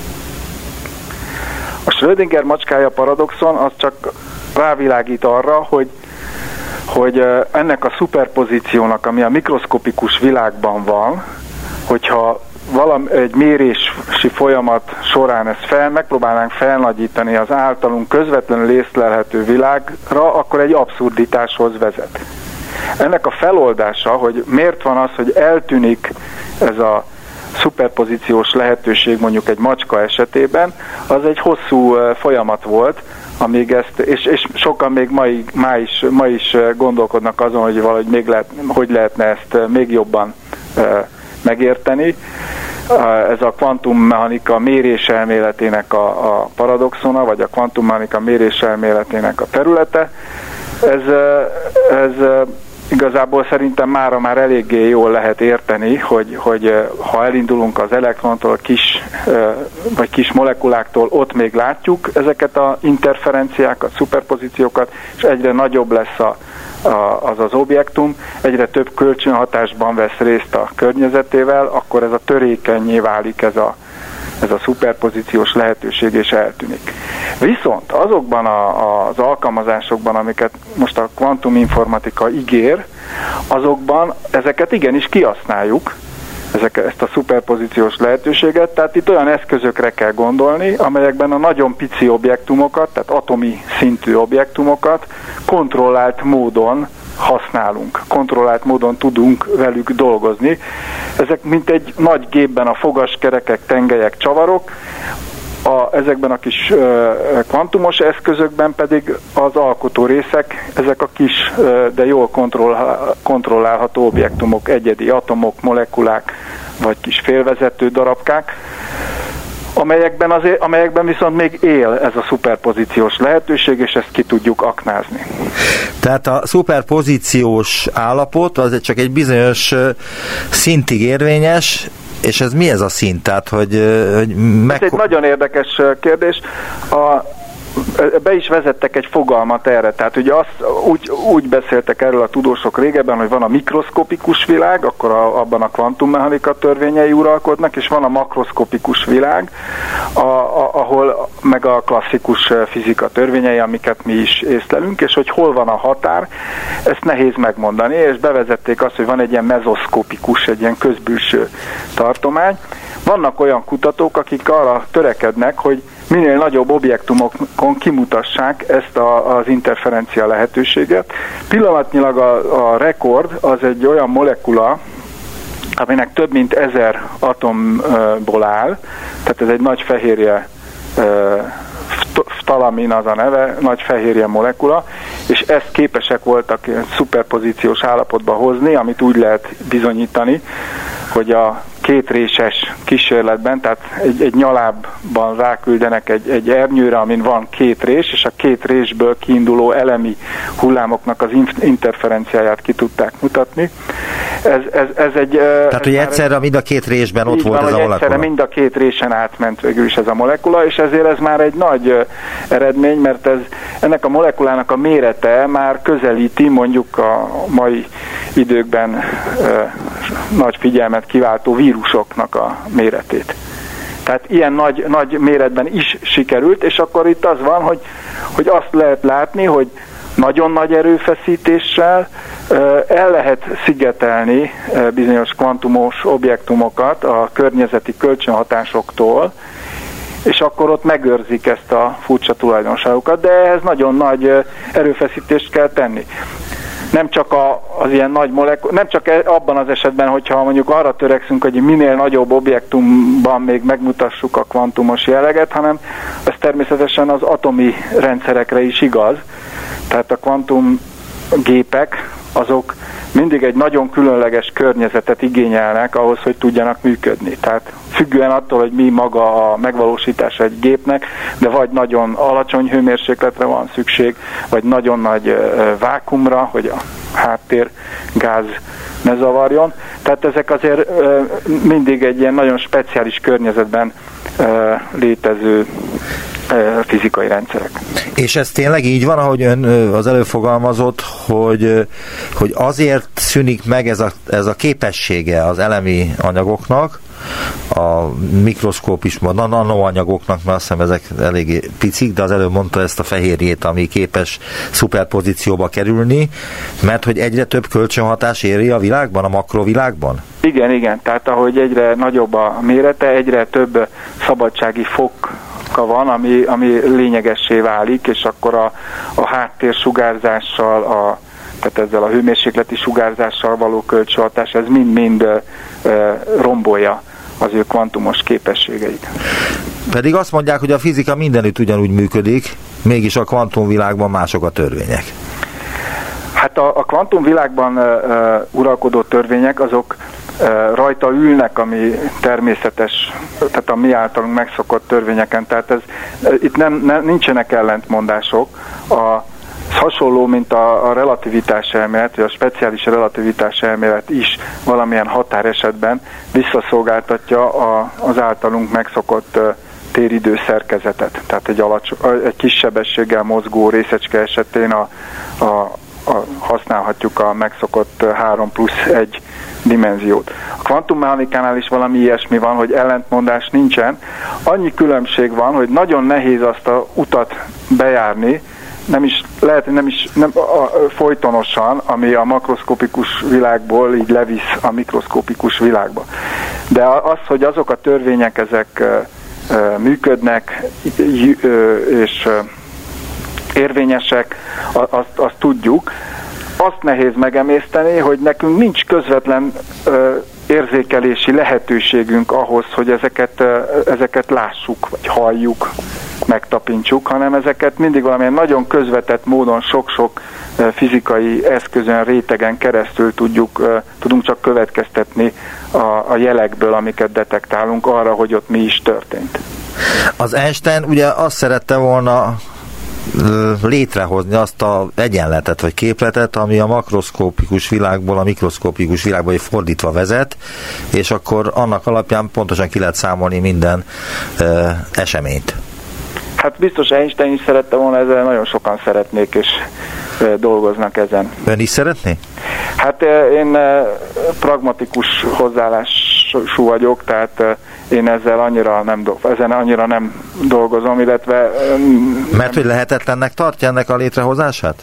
A Schrödinger macskája paradoxon az csak rávilágít arra, hogy ennek a szuperpozíciónak, ami a mikroszkopikus világban van, hogyha egy mérési folyamat során ezt megpróbálnánk felnagyítani az általunk közvetlenül észlelhető világra, akkor egy abszurditáshoz vezet. Ennek a feloldása, hogy miért van az, hogy eltűnik ez a szuperpozíciós lehetőség mondjuk egy macska esetében, az egy hosszú folyamat volt, amíg ezt, és sokan még ma is gondolkodnak azon, hogy valahogy hogy lehetne ezt még jobban megérteni. Ez a kvantummechanika méréselméletének a paradoxona, vagy a kvantummechanika méréselméletének a területe. Ez igazából szerintem mára már eléggé jól lehet érteni, hogy ha elindulunk az elektrontól, vagy kis molekuláktól, ott még látjuk ezeket az interferenciákat, szuperpozíciókat, és egyre nagyobb lesz az objektum, egyre több kölcsönhatásban vesz részt a környezetével, akkor ez a törékennyé válik ez a szuperpozíciós lehetőség, és eltűnik. Viszont azokban az alkalmazásokban, amiket most a kvantuminformatika ígér, azokban ezeket igenis kihasználjuk, ezt a szuperpozíciós lehetőséget, tehát itt olyan eszközökre kell gondolni, amelyekben a nagyon pici objektumokat, tehát atomi szintű objektumokat kontrollált módon használunk, kontrollált módon tudunk velük dolgozni. Ezek mint egy nagy gépben a fogaskerekek, tengelyek, csavarok, ezekben a kis kvantumos eszközökben pedig az alkotó részek, ezek a kis, de jól kontrollálható objektumok, egyedi atomok, molekulák, vagy kis félvezető darabkák, amelyekben viszont még él ez a szuperpozíciós lehetőség, és ezt ki tudjuk aknázni. Tehát a szuperpozíciós állapot az csak egy bizonyos szintig érvényes, és ez mi ez a szint? Tehát, hogy ez egy nagyon érdekes kérdés. Be is vezettek egy fogalmat erre, tehát ugye úgy beszéltek erről a tudósok régebben, hogy van a mikroszkopikus világ, akkor abban a kvantummechanika törvényei uralkodnak, és van a makroszkopikus világ, ahol meg a klasszikus fizika törvényei, amiket mi is észlelünk, és hogy hol van a határ, ezt nehéz megmondani, és bevezették azt, hogy van egy ilyen mezoszkopikus, egy ilyen közbülső tartomány. Vannak olyan kutatók, akik arra törekednek, hogy minél nagyobb objektumokon kimutassák ezt az interferencia lehetőséget. Pillanatnyilag a rekord az egy olyan molekula, aminek több mint 1000 atomból áll, tehát ez egy nagy fehérje ftalamin az a neve, nagy fehérje molekula, és ezt képesek voltak szuperpozíciós állapotba hozni, amit úgy lehet bizonyítani, hogy a kétréses kísérletben, tehát egy nyalábban ráküldenek egy ernyőre, amin van két rés, és a két résből kiinduló elemi hullámoknak az interferenciáját ki tudták mutatni. Ez egy... Tehát, hogy egyszerre mind a két résben ott volt ez a molekula. Egyszerre mind a két résen átment végül is ez a molekula, és ezért ez már egy nagy eredmény, mert ennek a molekulának a mérete már közelíti mondjuk a mai időkben nagy figyelmet kiváltó vírusoknak a méretét. Tehát ilyen nagy méretben is sikerült, és akkor itt az van, hogy azt lehet látni, hogy nagyon nagy erőfeszítéssel el lehet szigetelni bizonyos kvantumos objektumokat a környezeti kölcsönhatásoktól, és akkor ott megőrzik ezt a furcsa tulajdonságokat, de ehhez nagyon nagy erőfeszítést kell tenni. Nem csak az ilyen nagy molekul, nem csak abban az esetben, hogyha mondjuk arra törekszünk, hogy minél nagyobb objektumban még megmutassuk a kvantumos jelleget, hanem ez természetesen az atomi rendszerekre is igaz. Tehát a kvantumgépek azok mindig egy nagyon különleges környezetet igényelnek ahhoz, hogy tudjanak működni. Tehát függően attól, hogy mi maga a megvalósítása egy gépnek, de vagy nagyon alacsony hőmérsékletre van szükség, vagy nagyon nagy vákuumra, hogy a háttérgáz ne zavarjon. Tehát ezek azért mindig egy ilyen nagyon speciális környezetben létező fizikai rendszerek. És ez tényleg így van, ahogy ön az előbb fogalmazott, hogy azért szűnik meg ez a képessége az elemi anyagoknak, a mikroszkópis, a nanoanyagoknak, mert azt hiszem ezek eléggé picik, de az előbb mondta ezt a fehérjét, ami képes szuperpozícióba kerülni, mert hogy egyre több kölcsönhatás éri a világban, a makrovilágban? Igen, tehát ahogy egyre nagyobb a mérete, egyre több szabadsági fok van, ami lényegessé válik, és akkor a háttérsugárzással, tehát ezzel a hőmérsékleti sugárzással való kölcsönhatás, ez mind-mind rombolja az ő kvantumos képességeit. Pedig azt mondják, hogy a fizika mindenütt ugyanúgy működik, mégis a kvantumvilágban mások a törvények. Hát a kvantumvilágban uralkodó törvények azok rajta ülnek, ami természetes, tehát a mi általunk megszokott törvényeken, tehát itt nincsenek ellentmondások. Hasonló, mint a relativitás elmélet, vagy a speciális relativitás elmélet is valamilyen határesetben visszaszolgáltatja az általunk megszokott téridő szerkezetet. Tehát egy kis sebességgel mozgó részecske esetén használhatjuk a megszokott 3+1 dimenziót. A kvantummechanikánál is valami ilyesmi van, hogy ellentmondás nincsen. Annyi különbség van, hogy nagyon nehéz azt a utat bejárni, nem folytonosan, ami a makroszkopikus világból így levisz a mikroszkopikus világba. De az, hogy azok a törvények ezek működnek és érvényesek, azt tudjuk. Azt nehéz megemészteni, hogy nekünk nincs közvetlen érzékelési lehetőségünk ahhoz, hogy ezeket lássuk, vagy halljuk, megtapintsuk, hanem ezeket mindig valamilyen nagyon közvetett módon sok-sok fizikai eszközön, rétegen keresztül tudunk csak következtetni a jelekből, amiket detektálunk arra, hogy ott mi is történt. Az Einstein ugye azt szerette volna létrehozni azt az egyenletet vagy képletet, ami a makroszkópikus világból a mikroszkópikus világba fordítva vezet, és akkor annak alapján pontosan ki lehet számolni minden eseményt. Hát biztos Einstein is szerette volna, ezzel nagyon sokan szeretnék, és dolgoznak ezen. Ön is szeretné? Hát én pragmatikus hozzáállású vagyok, tehát én ezzel annyira nem dolgozom, illetve... Mert hogy lehetetlennek tartja ennek a létrehozását?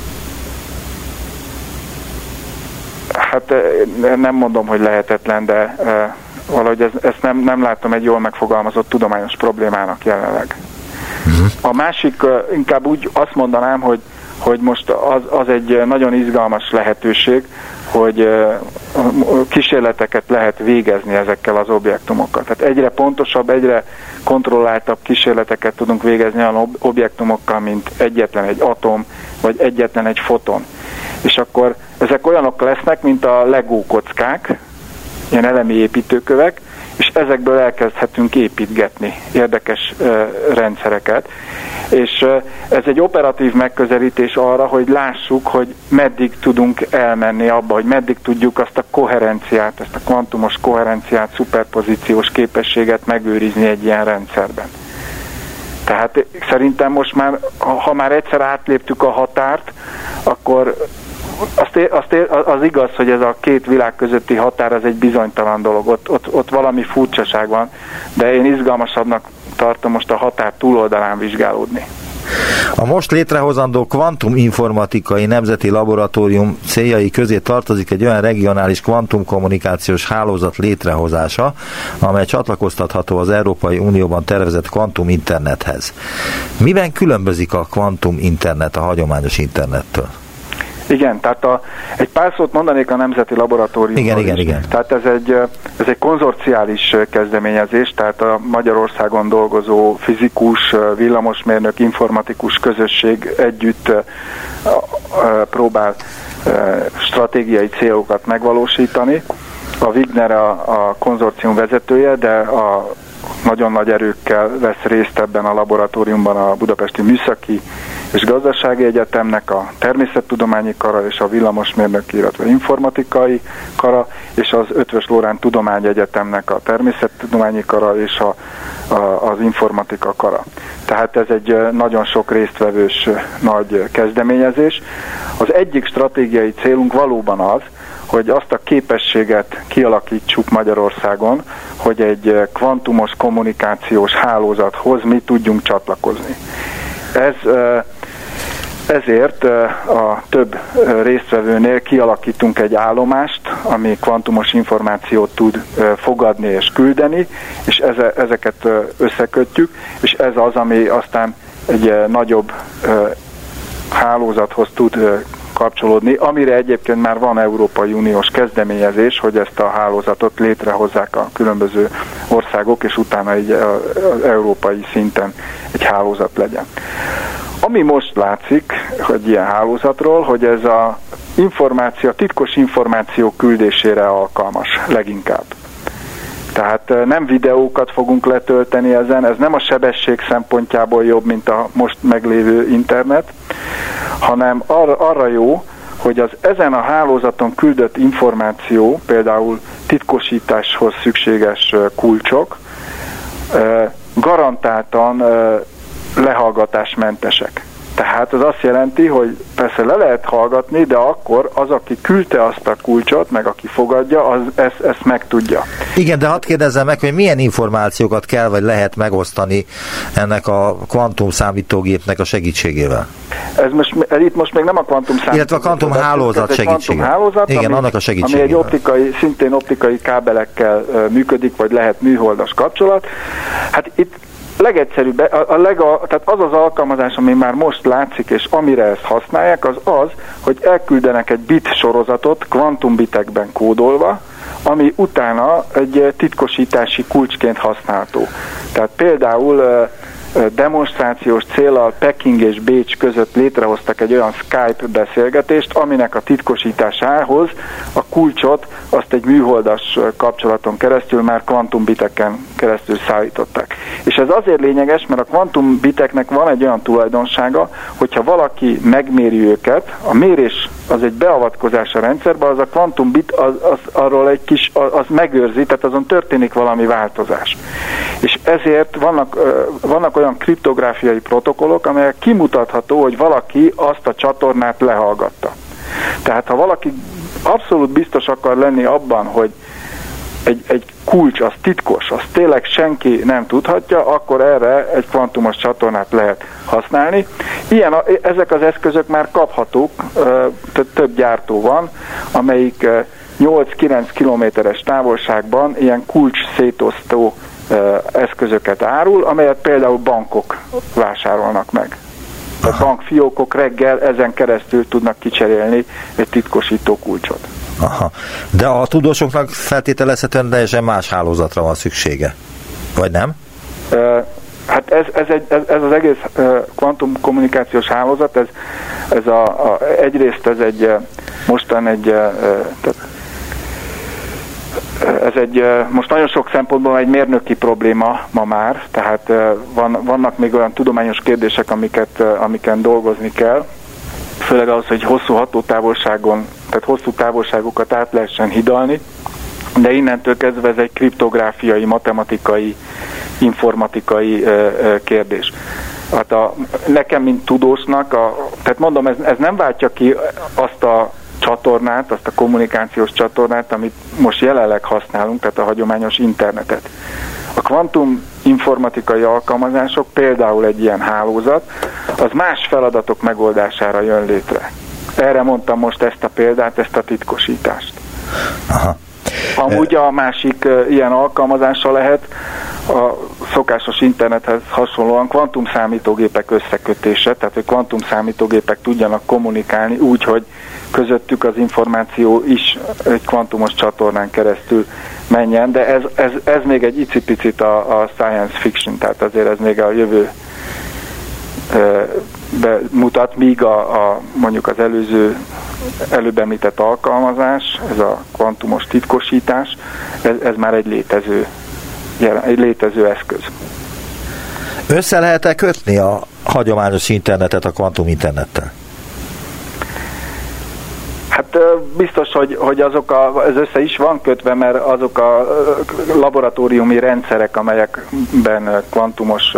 Hát nem mondom, hogy lehetetlen, de valahogy ezt nem látom egy jól megfogalmazott tudományos problémának jelenleg. A másik, inkább úgy azt mondanám, hogy hogy most az egy nagyon izgalmas lehetőség, hogy kísérleteket lehet végezni ezekkel az objektumokkal. Tehát egyre pontosabb, egyre kontrolláltabb kísérleteket tudunk végezni olyan objektumokkal, mint egyetlen egy atom, vagy egyetlen egy foton. És akkor ezek olyanok lesznek, mint a Lego kockák, ilyen elemi építőkövek, és ezekből elkezdhetünk építgetni érdekes rendszereket. És ez egy operatív megközelítés arra, hogy lássuk, hogy meddig tudunk elmenni abba, hogy meddig tudjuk azt a koherenciát, ezt a kvantumos koherenciát, szuperpozíciós képességet megőrizni egy ilyen rendszerben. Tehát szerintem most már, ha már egyszer átléptük a határt, akkor az igaz, hogy ez a két világ közötti határ az egy bizonytalan dolog, ott valami furcsaság van, de én izgalmasabbnak tartom most a határ túloldalán vizsgálódni. A most létrehozandó kvantuminformatikai nemzeti laboratórium céljai közé tartozik egy olyan regionális kvantumkommunikációs hálózat létrehozása, amely csatlakoztatható az Európai Unióban tervezett kvantuminternethez. Miben különbözik a kvantuminternet a hagyományos internettől? Igen, tehát egy pár szót mondanék a Nemzeti Laboratóriumról. Igen. Tehát ez egy konzorciális kezdeményezés, tehát a Magyarországon dolgozó fizikus, villamosmérnök, informatikus közösség együtt próbál stratégiai célokat megvalósítani. A Wigner a konzorcium vezetője, de a nagyon nagy erőkkel vesz részt ebben a laboratóriumban a Budapesti Műszaki és Gazdasági Egyetemnek a Természettudományi Kara és a Villamosmérnöki, illetve Informatikai Kara, és az Eötvös Loránd Tudományegyetemnek a Természettudományi Kara és az Informatika Kara. Tehát ez egy nagyon sok résztvevős nagy kezdeményezés. Az egyik stratégiai célunk valóban az, hogy azt a képességet kialakítsuk Magyarországon, hogy egy kvantumos kommunikációs hálózathoz mi tudjunk csatlakozni. Ezért a több résztvevőnél kialakítunk egy állomást, ami kvantumos információt tud fogadni és küldeni, és ezeket összekötjük, és ez az, ami aztán egy nagyobb hálózathoz tud kapcsolódni, amire egyébként már van Európai Uniós kezdeményezés, hogy ezt a hálózatot létrehozzák a különböző országok, és utána az európai szinten egy hálózat legyen. Ami most látszik, hogy ilyen hálózatról, hogy ez a titkos információ küldésére alkalmas leginkább. Tehát nem videókat fogunk letölteni ezen, ez nem a sebesség szempontjából jobb, mint a most meglévő internet, hanem arra jó, hogy az ezen a hálózaton küldött információ, például titkosításhoz szükséges kulcsok, garantáltan lehallgatásmentesek. Tehát az azt jelenti, hogy persze le lehet hallgatni, de akkor az, aki küldte azt a kulcsot, meg aki fogadja, az ezt megtudja. Igen, de hadd kérdezzem meg, hogy milyen információkat kell vagy lehet megosztani ennek a kvantum számítógépnek a segítségével? Itt most még nem a kvantum számítógép. Illetve a kvantum hálózat segítségével. Igen, annak a segítségével. Ami szintén optikai kábelekkel működik, vagy lehet műholdas kapcsolat. Hát itt legegyszerűbb, tehát az az alkalmazás, ami már most látszik, és amire ezt használják, az, hogy elküldenek egy bit sorozatot kvantumbitekben kódolva, ami utána egy titkosítási kulcsként használható. Tehát például demonstrációs céllal Peking és Bécs között létrehoztak egy olyan Skype beszélgetést, aminek a titkosításához a kulcsot azt egy műholdas kapcsolaton keresztül már kvantumbiteken keresztül szállították. És ez azért lényeges, mert a kvantumbiteknek van egy olyan tulajdonsága, hogyha valaki megméri őket, a mérés az egy beavatkozás a rendszerbe, az a kvantumbit arról egy kis, az megőrzi, tehát azon történik valami változás. És ezért vannak olyan kriptográfiai protokollok, amelyek kimutatható, hogy valaki azt a csatornát lehallgatta. Tehát ha valaki abszolút biztos akar lenni abban, hogy egy kulcs az titkos, azt tényleg senki nem tudhatja, akkor erre egy kvantumos csatornát lehet használni. Ezek az eszközök már kaphatók, több gyártó van, amelyik 8-9 kilométeres távolságban ilyen kulcs szétosztó eszközöket árul, amelyet például bankok vásárolnak meg. A bankfiókok reggel ezen keresztül tudnak kicserélni egy titkosító kulcsot. Aha. De a tudósoknak feltételezhetően teljesen más hálózatra van szüksége. Vagy nem? Hát ez az egész kvantumkommunikációs hálózat, egyrészt ez egy mostan most nagyon sok szempontból egy mérnöki probléma ma már, tehát vannak még olyan tudományos kérdések, amiken dolgozni kell, főleg az, hogy hosszú távolságokat át lehessen hidalni, de innentől kezdve ez egy kriptográfiai, matematikai, informatikai kérdés. Hát nekem, mint tudósnak, tehát mondom, ez nem váltja ki azt a csatornát, azt a kommunikációs csatornát, amit most jelenleg használunk, tehát a hagyományos internetet. A kvantum informatikai alkalmazások, például egy ilyen hálózat, az más feladatok megoldására jön létre. Erre mondtam most ezt a példát, ezt a titkosítást. Aha. Amúgy a másik ilyen alkalmazása lehet a szokásos internethez hasonlóan kvantumszámítógépek összekötése, tehát hogy kvantumszámítógépek tudjanak kommunikálni úgy, hogy közöttük az információ is egy kvantumos csatornán keresztül menjen, de ez még egy icipicit a science fiction, tehát azért ez még a jövő mutat, míg mondjuk az előbb említett alkalmazás, ez a kvantumos titkosítás, ez már egy létező eszköz. Össze lehet-e kötni a hagyományos internetet a kvantum internettel? Hát biztos, hogy ez össze is van kötve, mert azok a laboratóriumi rendszerek, amelyekben kvantumos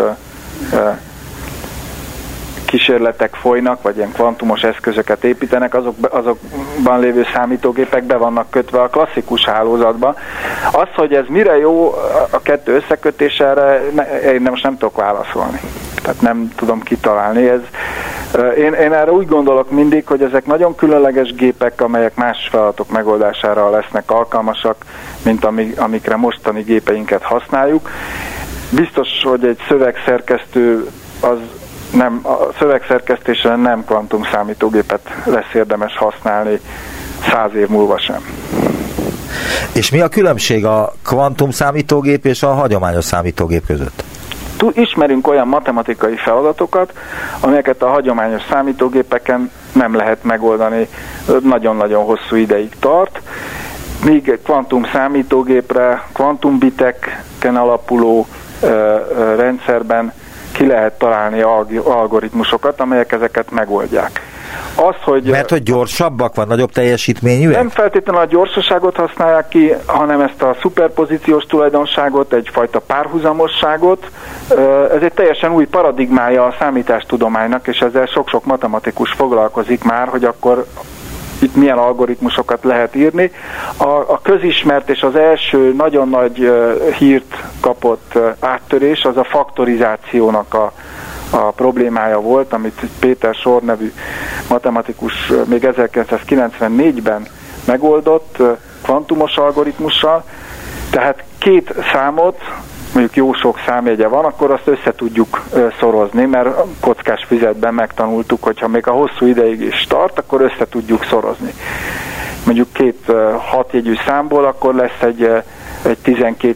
kísérletek folynak, vagy ilyen kvantumos eszközöket építenek, azokban lévő számítógépek be vannak kötve a klasszikus hálózatba. Az, hogy ez mire jó a kettő összekötés, erre én most nem tudok válaszolni. Tehát nem tudom kitalálni. Én erre úgy gondolok mindig, hogy ezek nagyon különleges gépek, amelyek más feladatok megoldására lesznek alkalmasak, mint amikre mostani gépeinket használjuk. Biztos, hogy egy szövegszerkesztő a szövegszerkesztésre nem kvantum számítógépet lesz érdemes használni 100 év múlva sem. És mi a különbség a kvantum számítógép és a hagyományos számítógép között? Ismerünk olyan matematikai feladatokat, amelyeket a hagyományos számítógépeken nem lehet megoldani, nagyon-nagyon hosszú ideig tart, míg egy kvantum számítógépre, kvantumbiteken alapuló rendszerben ki lehet találni algoritmusokat, amelyek ezeket megoldják. Mert hogy gyorsabbak, van nagyobb teljesítményűek? Nem feltétlenül a gyorsaságot használják ki, hanem ezt a szuperpozíciós tulajdonságot, egyfajta párhuzamosságot. Ez egy teljesen új paradigmája a számítástudománynak, és ezzel sok-sok matematikus foglalkozik már, hogy akkor itt milyen algoritmusokat lehet írni. A közismert és az első nagyon nagy hírt kapott áttörés az a faktorizációnak a problémája volt, amit Péter Shor nevű matematikus még 1994-ben megoldott kvantumos algoritmussal, tehát két számot, mondjuk jó sok számjegye van, akkor azt össze tudjuk szorozni, mert kockás füzetben megtanultuk, hogyha még a hosszú ideig is tart, akkor össze tudjuk szorozni. Mondjuk két 6 jegyű számból, akkor lesz egy 11-12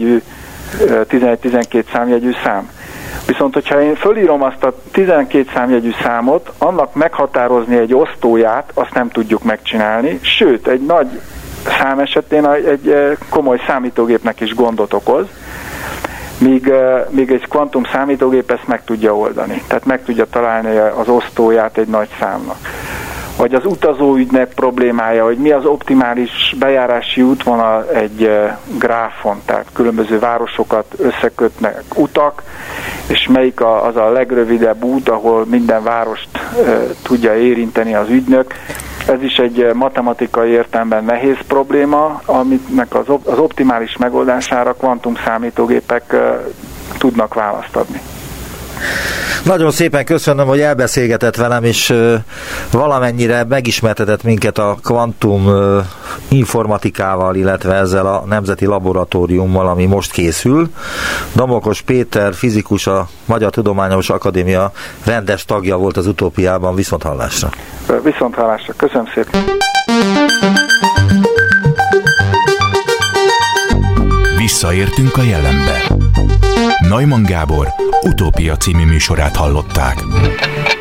számjegyű szám. Viszont, hogyha én fölírom azt a 12 számjegyű számot, annak meghatározni egy osztóját, azt nem tudjuk megcsinálni, sőt, egy nagy szám esetén egy komoly számítógépnek is gondot okoz, míg egy kvantum számítógép ezt meg tudja oldani. Tehát meg tudja találni az osztóját egy nagy számnak. Vagy az utazóügynek problémája, hogy mi az optimális bejárási útvonal egy gráfon, tehát különböző városokat összekötnek utak, és melyik az a legrövidebb út, ahol minden várost tudja érinteni az ügynök. Ez is egy matematikai értelemben nehéz probléma, aminek az optimális megoldására kvantum számítógépek tudnak választ adni. Nagyon szépen köszönöm, hogy elbeszélgetett velem, és valamennyire megismertetett minket a kvantum informatikával, illetve ezzel a nemzeti laboratóriummal, ami most készül. Domokos Péter, fizikus, a Magyar Tudományos Akadémia rendes tagja volt az Utópiában. Viszonthallásra. Viszonthallásra. Köszönöm szépen. Visszaértünk a jelenbe. Neumann Gábor Utópia című műsorát hallották.